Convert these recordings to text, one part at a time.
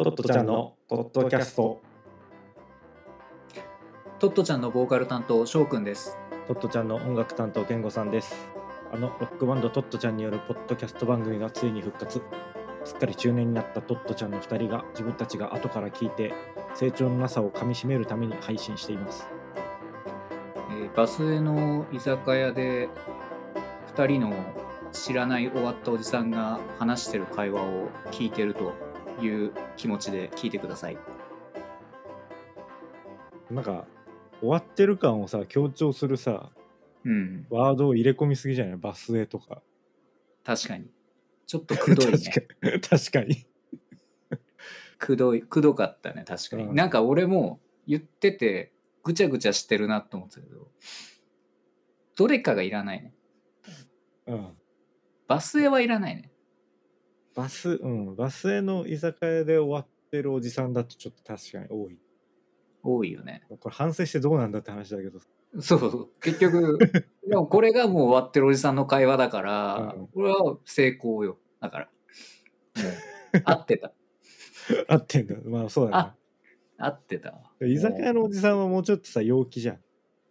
トットちゃんのポッドキャスト。 トットちゃんのボーカル担当翔くんです。 トットちゃんの音楽担当健吾さんです。ロックバンドトットちゃんによるポッドキャスト番組がついに復活。すっかり中年になったトットちゃんの2人が自分たちが後から聞いて成長のなさをかみしめるために配信しています。 バスへの居酒屋で2人の知らない終わったおじさんが話してる会話を聞いてるという気持ちで聞いてください。 なんか終わってる感をさ強調するさ、ワードを入れ込みすぎじゃない？バスへとか。 確かにちょっとくどいね。 確かにくどかったね。確かに、なんか俺も言っててぐちゃぐちゃしてるなと思ってたけど、どれかがいらないね。バスへはいらないね。 バスへの居酒屋で終わってるおじさんだとちょっと確かに多いよね。 これ反省してどうなんだって話だけど、 そう結局でもこれがもう終わってるおじさんの会話だから、これは成功よ。だからもう合ってた合ってんだ。まあそうだね。 合ってたわ。 居酒屋のおじさんはもうちょっとさ陽気じゃん。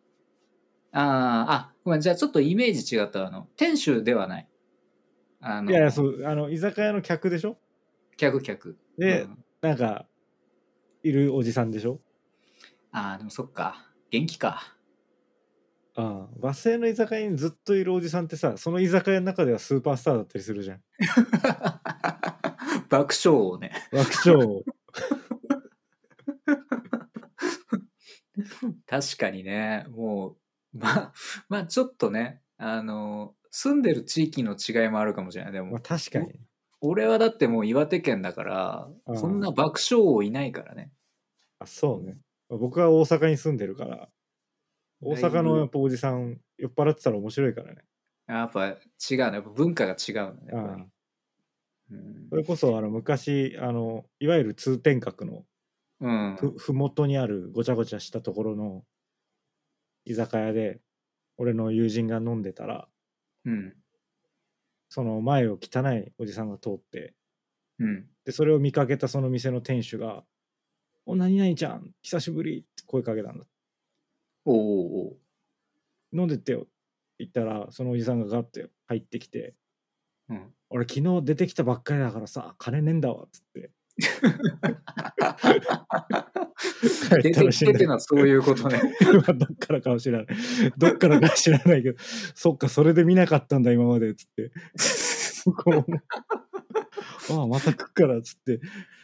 ごめん、じゃあちょっとイメージ違った。店主ではない。 いやそう居酒屋の客でしょ。 客で、なんかいるおじさんでしょ。 でもそっか、元気か。 バスへの居酒屋にずっといるおじさんってさ、その居酒屋の中ではスーパースターだったりするじゃん。 爆笑をね。 爆笑を確かにね。もうまあちょっとね、住んでる地域の違いもあるかもしれない。でも、 確かに俺はだってもう岩手県だから、そんな爆笑王いないからね。 そうね。僕は大阪に住んでるから、大阪のやっぱおじさん酔っ払ってたら面白いからね。 やっぱ違うね。やっぱ文化が違うね。やっぱり。 それこそ昔いわゆる通天閣のふもとにあるごちゃごちゃしたところの居酒屋で俺の友人が飲んでたら、その前を汚いおじさんが通って、でそれを見かけたその店の店主が「お何々ちゃん久しぶり」って声かけたんだ。お飲んでってよって言ったら、そのおじさんがガッて入ってきて、俺昨日出てきたばっかりだからさ金ねえんだわっつって出てきてってのはそういうことね。 どっからかは知らないどっからか知らないけどそっかそれで見なかったんだ今までっつってまた来っからっつって、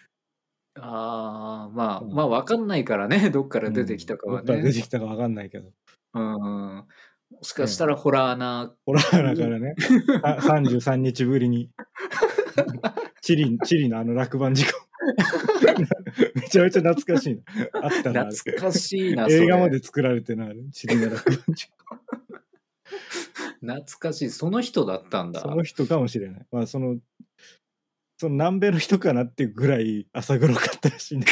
まあ分かんないからね、どっから出てきたかはね。 どっから出てきたか分かんないけど、 もしかしたらホラー穴からね33日ぶりにチリの落盤事故めちゃめちゃ懐かしいな。あったな。 懐かしいな。 映画まで作られてなチリの落盤事故懐かしい。その人だったんだ。 その人かもしれない。まあその南米の人かなっていうぐらい朝黒かったらしいんだ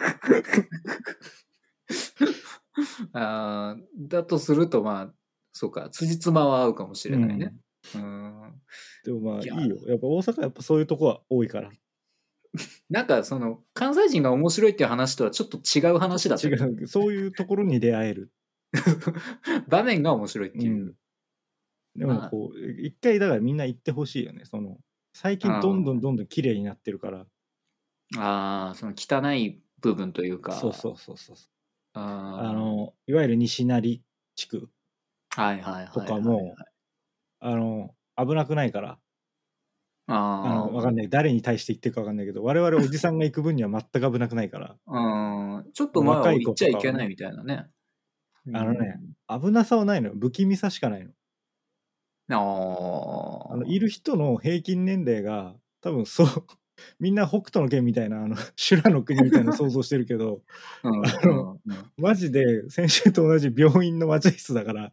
けどだとするとまあそうか、辻褄は合うかもしれないね。 でもまあいいよ。やっぱ大阪やっぱそういうとこは多いから。 なんかその関西人が面白いっていう話とはちょっと違う話だった。 違う、そういうところに出会える場面が面白いっていう。 でもこう一回だからみんな行ってほしいよね。最近どんどん綺麗になってるから。 その汚い部分というか。 そう。いわゆる西成地区とかも危なくないから。分かんない。誰に対して言ってるか分かんないけど、我々おじさんが行く分には全く危なくないから。 ちょっと前は行っちゃいけないみたいなね。 危なさはないのよ。不気味さしかないの。いる人の平均年齢が多分みんな北斗の拳みたいな修羅の国みたいな想像してるけどマジで先週と同じ病院の待合室だから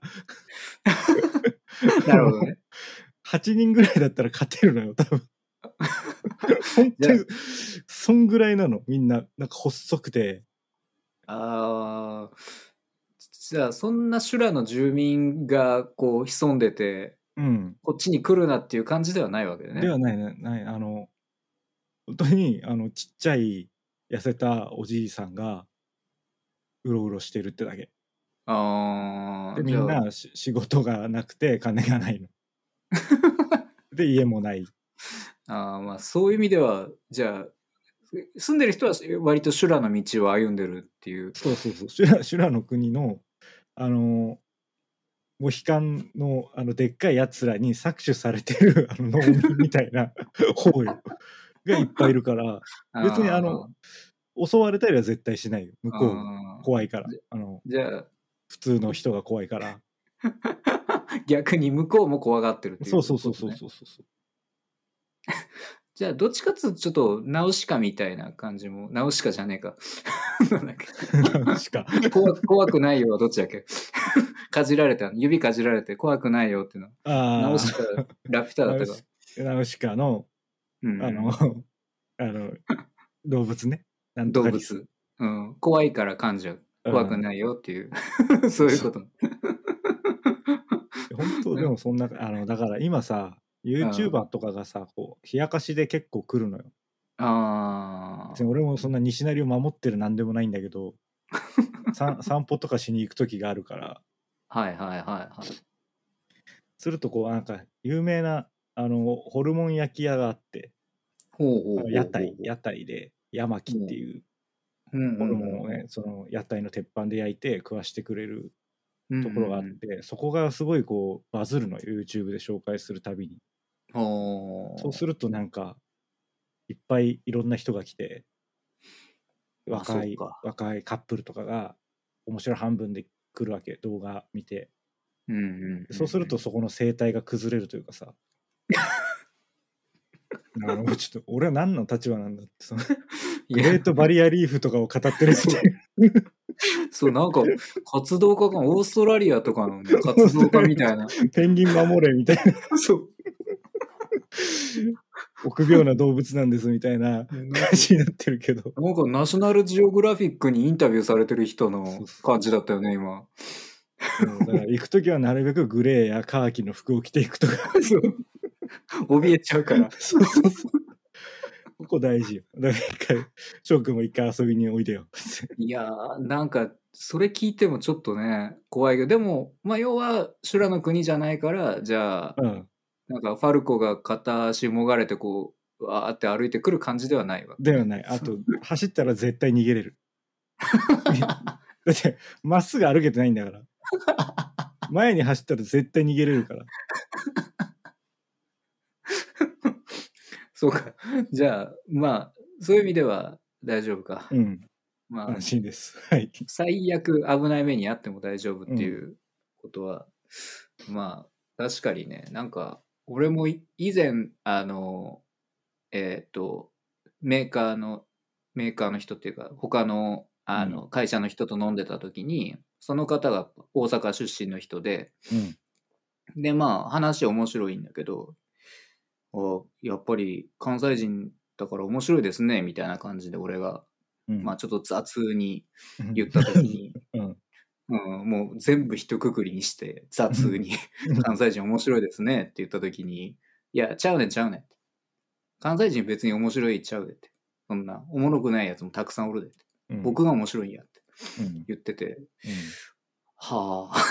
なるほどね。 8人ぐらいだったら勝てるのよ多分本当にそんぐらいなの。みんななんか細くて。 じゃあそんな修羅の住民がこう潜んでて、こっちに来るなっていう感じではないわけでね。 ではない本当にちっちゃい痩せたおじいさんがうろうろしてるってだけ。でみんな仕事がなくて金がないの。で家もない。 まあそういう意味ではじゃあ住んでる人は割と修羅の道を歩んでるっていう。 そう修羅の国のモヒカンのでっかいやつらに搾取されてる農民みたいな方よがいっぱいいるから別に襲われたりは絶対しないよ。向こう怖いからじゃあ普通の人が怖いから逆に向こうも怖がってるっていう、 ね、そうじゃあどっちかっていうとちょっとナウシカみたいな感じもナウシカじゃねえかナウシカ怖くないよはどっちだっけかじられた指かじられて怖くないよっていうのナウシカラピュタだったかナウシカの、動物ね動物、怖いから噛んじゃう怖くないよっていう、そういうこと本当でもそんなだから今さYouTuber とかがさこう冷やかしで結構来るのよ。俺もそんな西成を守ってるなんでもないんだけど散歩とかしに行く時があるからするとこうなんか有名なホルモン焼き屋があって屋台でヤマキっていうホルモンをねその屋台の鉄板で焼いて食わしてくれるところがあって、そこがすごいこうバズるの YouTube で紹介するたびに。そうするとなんかいっぱいいろんな人が来て若いカップルとかが面白い半分で来るわけ動画見て、そうするとそこの生態が崩れるというかさちょっと俺は何の立場なんだってそのグレートバリアリーフとかを語ってるってそうなんか活動家がオーストラリアとかの、ね、活動家みたいなペンギン守れみたいなそう臆病な動物なんですみたいな感じになってるけどなんかナショナルジオグラフィックにインタビューされてる人の感じだったよね今。 だから行く時はなるべくグレーやカーキの服を着ていくとか怯えちゃうからそうここ大事よ。だから一回翔くんも一回遊びにおいでよいやーなんかそれ聞いてもちょっとね怖いけどでもまあ要は修羅の国じゃないからじゃあ、なんかファルコが片足もがれてこうわーって歩いてくる感じではないわ。 ではない。あと走ったら絶対逃げれるだってまっすぐ歩けてないんだから前に走ったら絶対逃げれるからそうかじゃあまあそういう意味では大丈夫か。 まあ安心です。はい。 最悪危ない目にあっても大丈夫っていうことは、まあ確かにねなんか俺も以前メーカーの人っていうか他の会社の人と飲んでた時にその方が大阪出身の人で、でまあ話面白いんだけどやっぱり関西人だから面白いですねみたいな感じで俺が、まあちょっと雑に言った時に、もう全部一括りにして雑に関西人面白いですねって言った時にいやちゃうねん関西人別に面白いちゃうでってそんなおもろくないやつもたくさんおるでって、僕が面白いんやって言ってて、はあ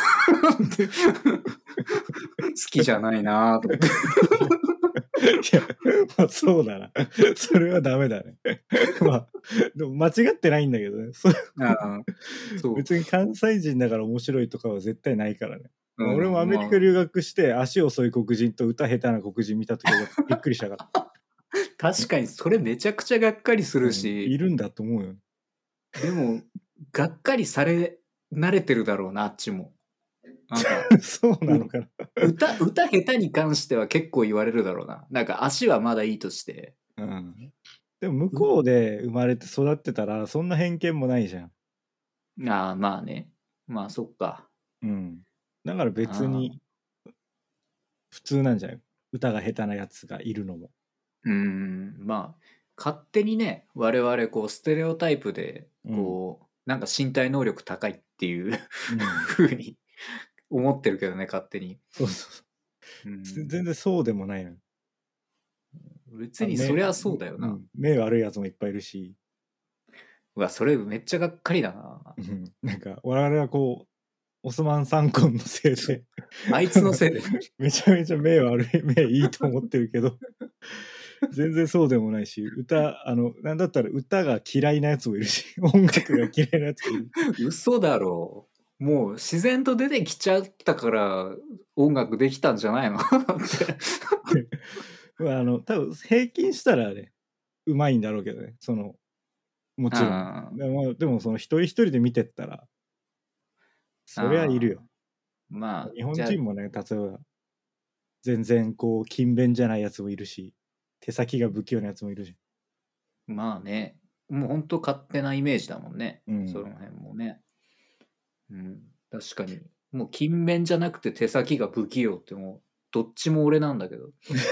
好きじゃないなと思っていやまあそうだなそれはダメだねまあでも間違ってないんだけどねそう別に関西人だから面白いとかは絶対ないからね、俺もアメリカ留学して足遅い黒人と歌下手な黒人見た時はびっくりしたから確かにそれめちゃくちゃがっかりするし、 いるんだと思うよ。 でもがっかりされ慣れてるだろうなあっちも。 なんかそうなのかな歌下手に関しては結構言われるだろうな。なんか足はまだいいとして、 でも向こうで生まれて育ってたらそんな偏見もないじゃん。 まあねまあそっか。 だから別に普通なんじゃない歌が下手なやつがいるのも。 まあ勝手にね我々こうステレオタイプでこう、なんか身体能力高いっていうふうに思ってるけどね勝手に。 そう、全然そうでもないの。 別にそりゃそうだよな。 目悪いやつもいっぱいいるし。 うわ、それめっちゃがっかりだな。 なんか我々はこうオスマン・サンコンのせいであいつのせいでめちゃめちゃ目悪い、目いいと思ってるけど全然そうでもないし、なんだったら歌が嫌いなやつもいるし、音楽が嫌いなやつもいる。 嘘だろう。もう自然と出てきちゃったから音楽できたんじゃないの多分平均したらね、うまいんだろうけどね、もちろん。でもその一人一人で見てったら、そりゃいるよ。 まあ、 日本人もね、例えば、全然こう、勤勉じゃないやつもいるし、手先が不器用なやつもいるし。 まあね、もうほんと勝手なイメージだもんね、 うん、 その辺もね。うん、確かに。もう勤勉じゃなくて手先が不器用ってもう、どっちも俺なんだけど。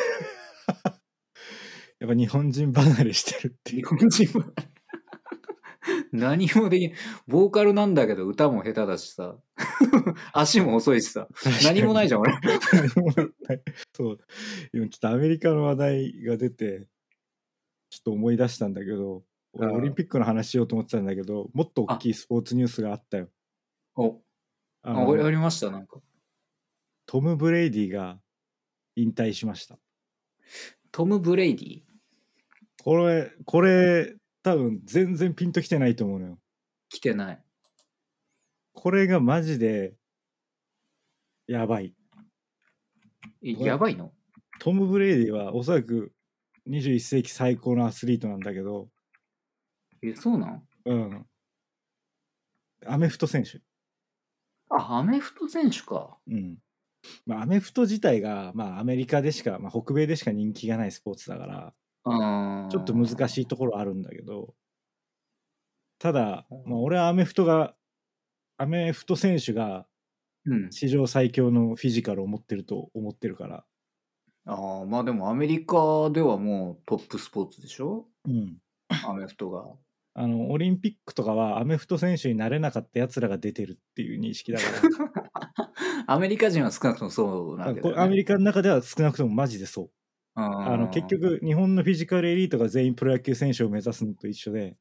やっぱ日本人離れしてるっていう。 日本人離れ何もできん。ボーカルなんだけど歌も下手だしさ足も遅いしさ何もないじゃん俺そう今ちょっとアメリカの話題が出てちょっと思い出したんだけど、俺オリンピックの話しようと思ってたんだけど、もっと大きいスポーツニュースがあったよ。 ありました。なんかトム・ブレイディが引退しました。 トム・ブレイディ、 これ多分全然ピンときてないと思うのよ。 来てない。 これがマジでやばい。 やばいの？ トム・ブレイディはおそらく21世紀最高のアスリートなんだけど。 そうなん？ うん。アメフト選手。 アメフト選手か。 うん。まあアメフト自体が、まあアメリカでしか、まあ北米でしか人気がないスポーツだから、ちょっと難しいところあるんだけど、ただ、まあ俺はアメフト選手が史上最強のフィジカルを持ってると思ってるから。 まあでもアメリカではもうトップスポーツでしょ？ うん。 アメフトが。 オリンピックとかはアメフト選手になれなかったやつらが出てるっていう認識だからアメリカ人は少なくともそうなわけだよね。 アメリカの中では少なくともマジでそう。結局日本のフィジカルエリートが全員プロ野球選手を目指すのと一緒で、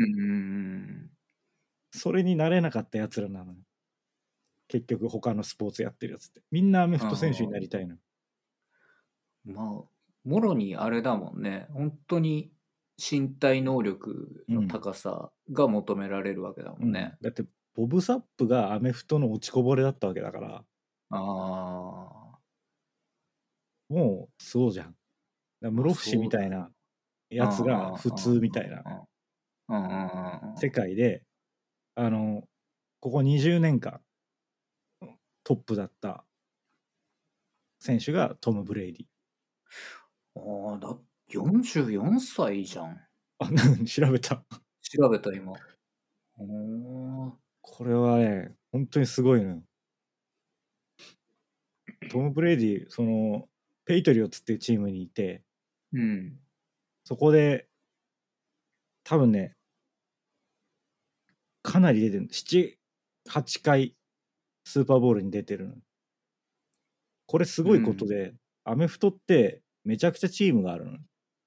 それになれなかったやつらなのよ。結局他のスポーツやってるやつってみんなアメフト選手になりたいの。 まあもろにあれだもんね。本当に身体能力の高さが求められるわけだもんね。 だってボブ・サップがアメフトの落ちこぼれだったわけだから。もうそうじゃん。室伏みたいなやつが普通みたいな世界で、ここ20年間トップだった選手がトム・ブレイディ。 だ44歳じゃん。 調べた今。 これはね本当にすごいのよ。トム・ブレイディペイトリオッツっていうチームにいて、そこで多分ねかなり出てる。7-8回スーパーボールに出てるの。これすごいことで、アメフトってめちゃくちゃチームがあるの。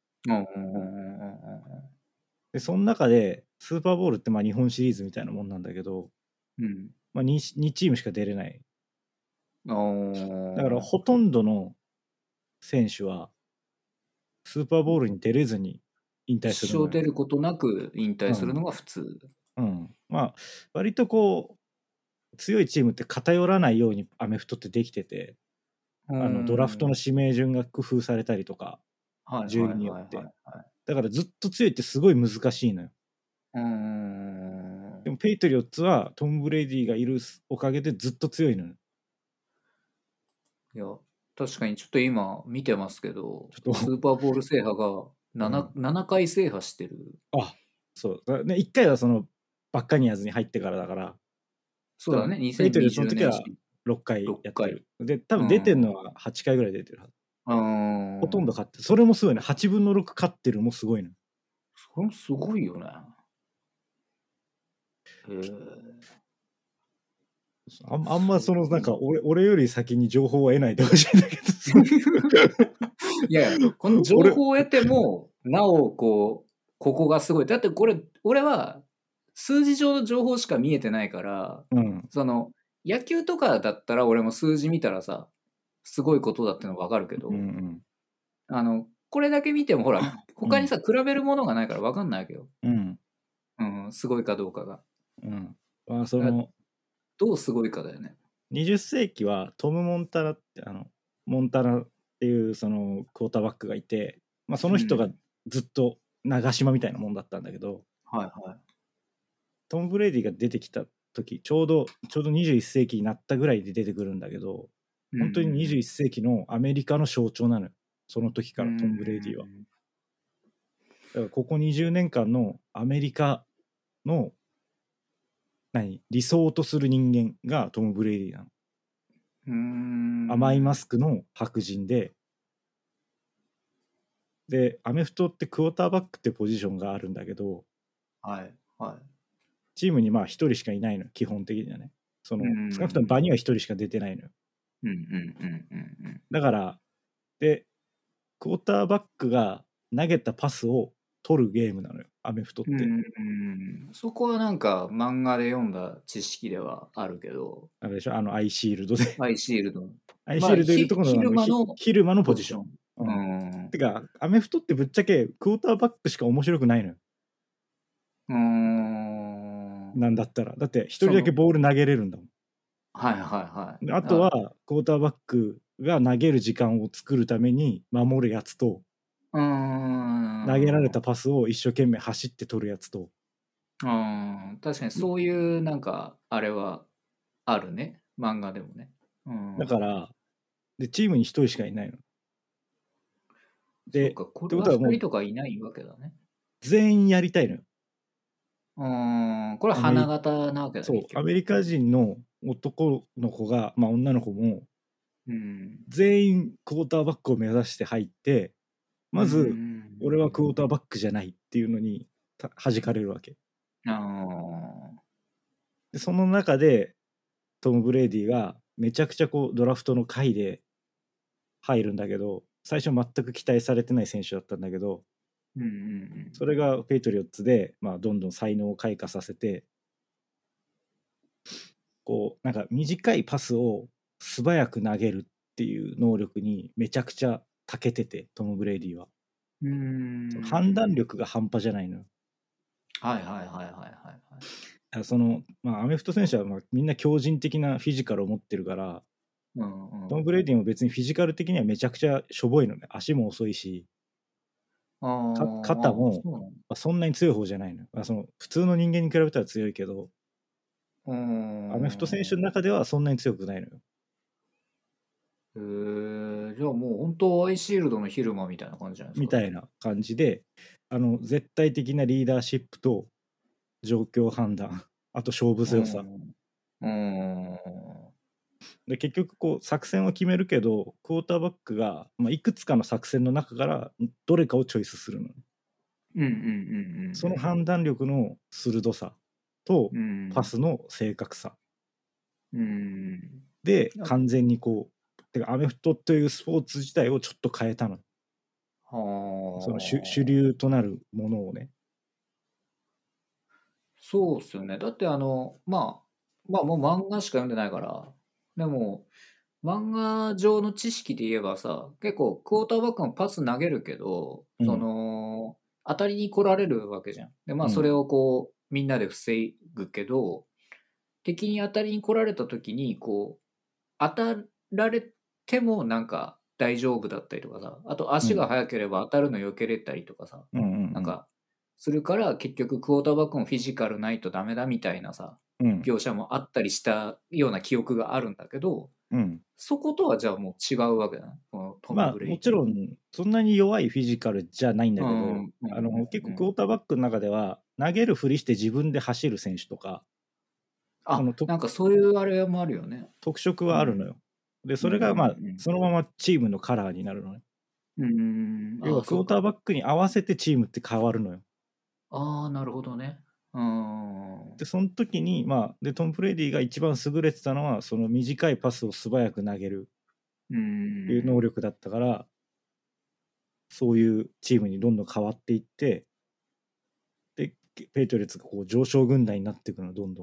でその中でスーパーボールってまあ日本シリーズみたいなもんなんだけど、まあ 2チームしか出れない。だからほとんどの選手はスーパーボールに出れずに引退するの。 一生出ることなく引退するのが普通。 まあ割とこう強いチームって偏らないようにアメフトってできてて、ドラフトの指名順が工夫されたりとか、順位によって。だからずっと強いってすごい難しいのよ。でもペイトリオッツはトム・ブレイディがいるおかげでずっと強いのよ。 いや確かにちょっと今見てますけど、スーパーボール制覇が 7回制覇してる。 そうね、1回はバッカニアーズに入ってからだから。 そうだね、 ペイトリオッツの時は6回やってる。で多分出てるのは8回ぐらい出てるはず。ほとんど勝ってる。それもすごいね。8分の6勝ってるもすごいね。 それもすごいよね。 あんまなんか俺より先に情報を得ないでほしいんだけどいやこの情報を得てもなおここがすごい。だってこれ俺は数字上の情報しか見えてないから、 うん、 その野球とかだったら俺も数字見たらさ、すごいことだっての分かるけど、 うんこれだけ見てもほら、 うん他にさ、比べるものがないから分かんないわけよ。 うんすごいかどうかが。 うんまあそだからのどうすごいかだよね。 20世紀はトム・モンタナってモンタナっていうそのクォーターバックがいて、まあ、その人がずっと長島みたいなもんだったんだけど、 はいはい。 トム・ブレイディが出てきた時ちょうど21世紀になったぐらいで出てくるんだけど、本当に21世紀のアメリカの象徴なのよ、その時からトム・ブレイディは。だからここ20年間のアメリカの理想とする人間がトム・ブレイディなの。甘いマスクの白人で、アメフトってクォーターバックってポジションがあるんだけど、 はいはい。 チームにまあ1人しかいないのよ、基本的にはね。少なくとも場には1人しか出てないのよ。だからクォーターバックが投げたパスを取るゲームなのよ、アメフトって。 そこはなんか漫画で読んだ知識ではあるけど、 あれでしょ、アイシールドで。 アイシールド。 アイシールドいるところの昼間のポジション。 てか、アメフトってぶっちゃけクォーターバックしか面白くないのよ。なんだったら。だって一人だけボール投げれるんだもん。 はいはいはい。 あとはクォーターバックが投げる時間を作るために守るやつと、投げられたパスを一生懸命走って取るやつと。 確かにそういうなんかあれはあるね、漫画でもね。 だからチームに一人しかいないの。 そうか、これは2人とかいないわけだね。 全員やりたいのよ。 これは花形なわけだね。 そう、アメリカ人の男の子が、まあ女の子も、全員クォーターバックを目指して入って、まず、俺はクォーターバックじゃないっていうのに弾かれるわけ。でその中でトム・ブレイディがめちゃくちゃこうドラフトの下位で入るんだけど、最初全く期待されてない選手だったんだけど、それがペイトリオッツで、まあ、どんどん才能を開花させて、こうなんか短いパスを素早く投げるっていう能力にめちゃくちゃ長けてて、トム・ブレイディは。判断力が半端じゃないのよ。 はいはいはいはいはい。 まあ、アメフト選手はまあみんな強靭的なフィジカルを持ってるから、トム・ブレイディも別にフィジカル的にはめちゃくちゃしょぼいのね。足も遅いし、肩もそんなに強い方じゃないのよ。普通の人間に比べたら強いけど、アメフト選手の中ではそんなに強くないのよ。 じゃあもう本当アイシールドの昼間みたいな感じじゃないですか。みたいな感じで、絶対的なリーダーシップと状況判断、あと勝負強さ。で結局こう作戦を決めるけど、クォーターバックが、まあ、いくつかの作戦の中からどれかをチョイスするの。その判断力の鋭さとパスの正確さ、で完全にこうてかアメフトというスポーツ自体をちょっと変えたの。その主流となるものをね。 そうっすよね。だってまあもう漫画しか読んでないから、でも漫画上の知識で言えばさ、結構クォーターバックもパス投げるけど、当たりに来られるわけじゃん。でまあそれをこう、みんなで防ぐけど、敵に当たりに来られた時にこう当たられてもなんか大丈夫だったりとかさ、あと足が速ければ当たるの避けれたりとかさ、なんかするから結局クォーターバックもフィジカルないとダメだみたいなさ、描写もあったりしたような記憶があるんだけど、そことはじゃあもう違うわけだね。 まあもちろんそんなに弱いフィジカルじゃないんだけど、結構クォーターバックの中では投げるふりして自分で走る選手とか、 なんかそういうあれもあるよね。 特色はあるのよ。でそれがまあそのままチームのカラーになるのね。要はクォーターバックに合わせてチームって変わるのよ。 なるほどね。 でその時にトム・ブレイディが一番優れてたのはその短いパスを素早く投げるいう能力だったから、そういうチームにどんどん変わっていって、でペイトリオッツがこう上昇軍団になっていくのどんどん。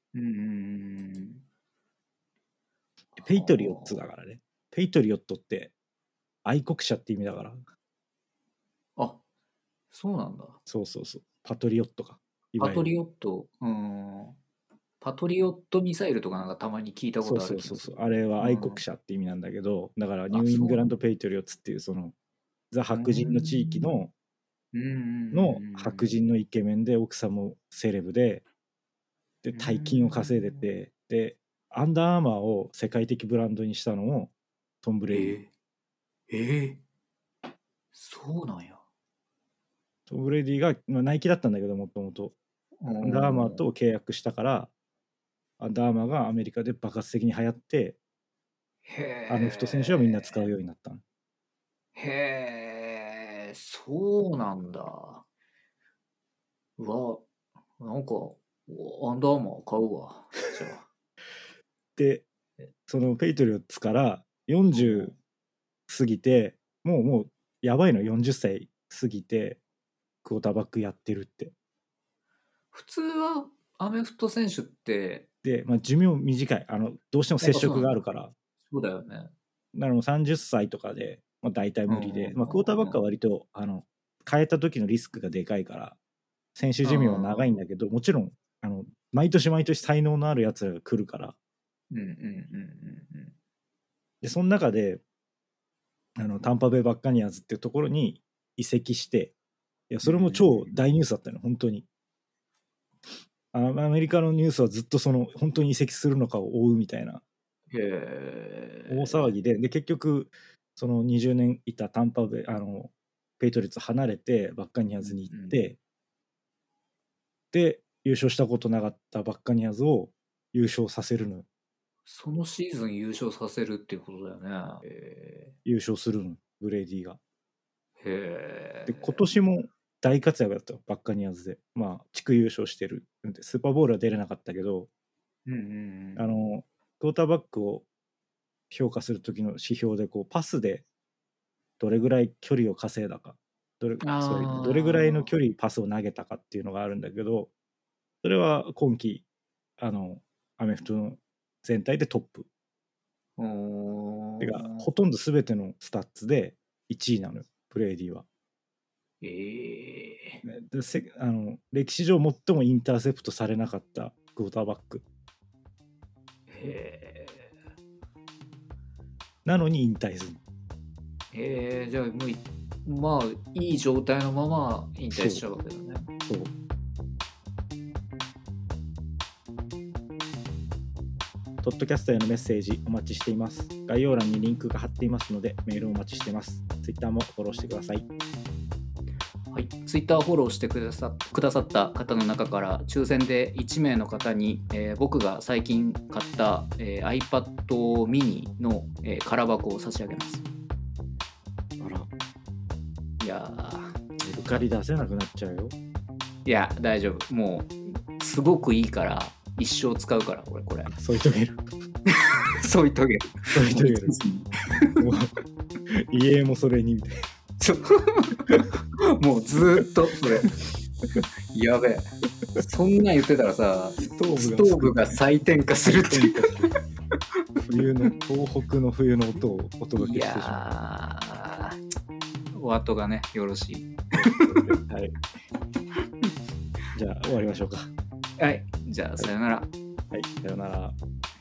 ペイトリオッツだからね。ペイトリオットって愛国者って意味だから。 あ、そうなんだ。 そうそうそう。パトリオットか。 パトリオット、パトリオットミサイルとかなんかたまに聞いたことある気がする。 そうあれは愛国者って意味なんだけど、だからニューイングランドペイトリオッツっていうそのザ白人の地域の白人のイケメンで奥さんもセレブで大金を稼いでて、でアンダーアーマーを世界的ブランドにしたのもトム・ブレイディ。 そうなんや。 トム・ブレイディが、ナイキだったんだけどもともとアンダーアーマーと契約したからアンダーアーマーがアメリカで爆発的に流行ってアメフト選手はみんな使うようになったの。 へえ、そうなんだ。うわ、なんかアンダーアーマー買うわ。じゃあでそのペイトリオッツから40過ぎてもうやばいの40歳過ぎてクォーターバックやってるって。 普通はアメフト選手ってで、寿命短いどうしても接触があるから。 そうだよね。 だからもう30歳とかで、大体無理で、クォーターバックは割と変えた時のリスクがでかいから選手寿命は長いんだけど、もちろん毎年毎年才能のあるやつらが来るから。でその中でタンパベイバッカニアーズっていうところに移籍して、いやそれも超大ニュースだったの本当に。アメリカのニュースはずっとその本当に移籍するのかを追うみたいな大騒ぎで、結局その20年いたタンパベイペイトリオッツ離れてバッカニアーズに行って、で優勝したことなかったバッカニアーズを優勝させるの。 そのシーズン優勝させるっていうことだよね。 優勝するのブレイディが。で今年も大活躍だったバッカニアーズで、地区優勝してる。スーパーボウルは出れなかったけど、クォーターバックを評価する時の指標でパスでどれぐらい距離を稼いだか、どれぐらいの距離パスを投げたかっていうのがあるんだけど、それは今季アメフトの全体でトップ。てかほとんど全てのスタッツで1位なのよブレイディは。歴史上最もインターセプトされなかったクォーターバック。なのに引退する。 じゃあもういい状態のまま引退しちゃうわけだね。そうポッドキャストへのメッセージお待ちしています。概要欄にリンクが貼っていますのでメールをお待ちしています。Twitter もフォローしてください。 はい、Twitter フォローしてくださった方の中から抽選で1名の方に、僕が最近買った、iPad mini の、空箱を差し上げます。 あら。 いやメルカリ出せなくなっちゃうよ。 いや大丈夫。もうすごくいいから一生使うからこれ。 添い遂げる。 添い遂げる。 家もそれにみたいな。 もうずっとそれやべえ。そんなん言ってたらさストーブが再点火するっていう東北の冬の音をお届けしてしまう。いやお後がねよろしい。 はい。じゃあ終わりましょうか。 はい。じゃあさよなら。 はい、さよなら。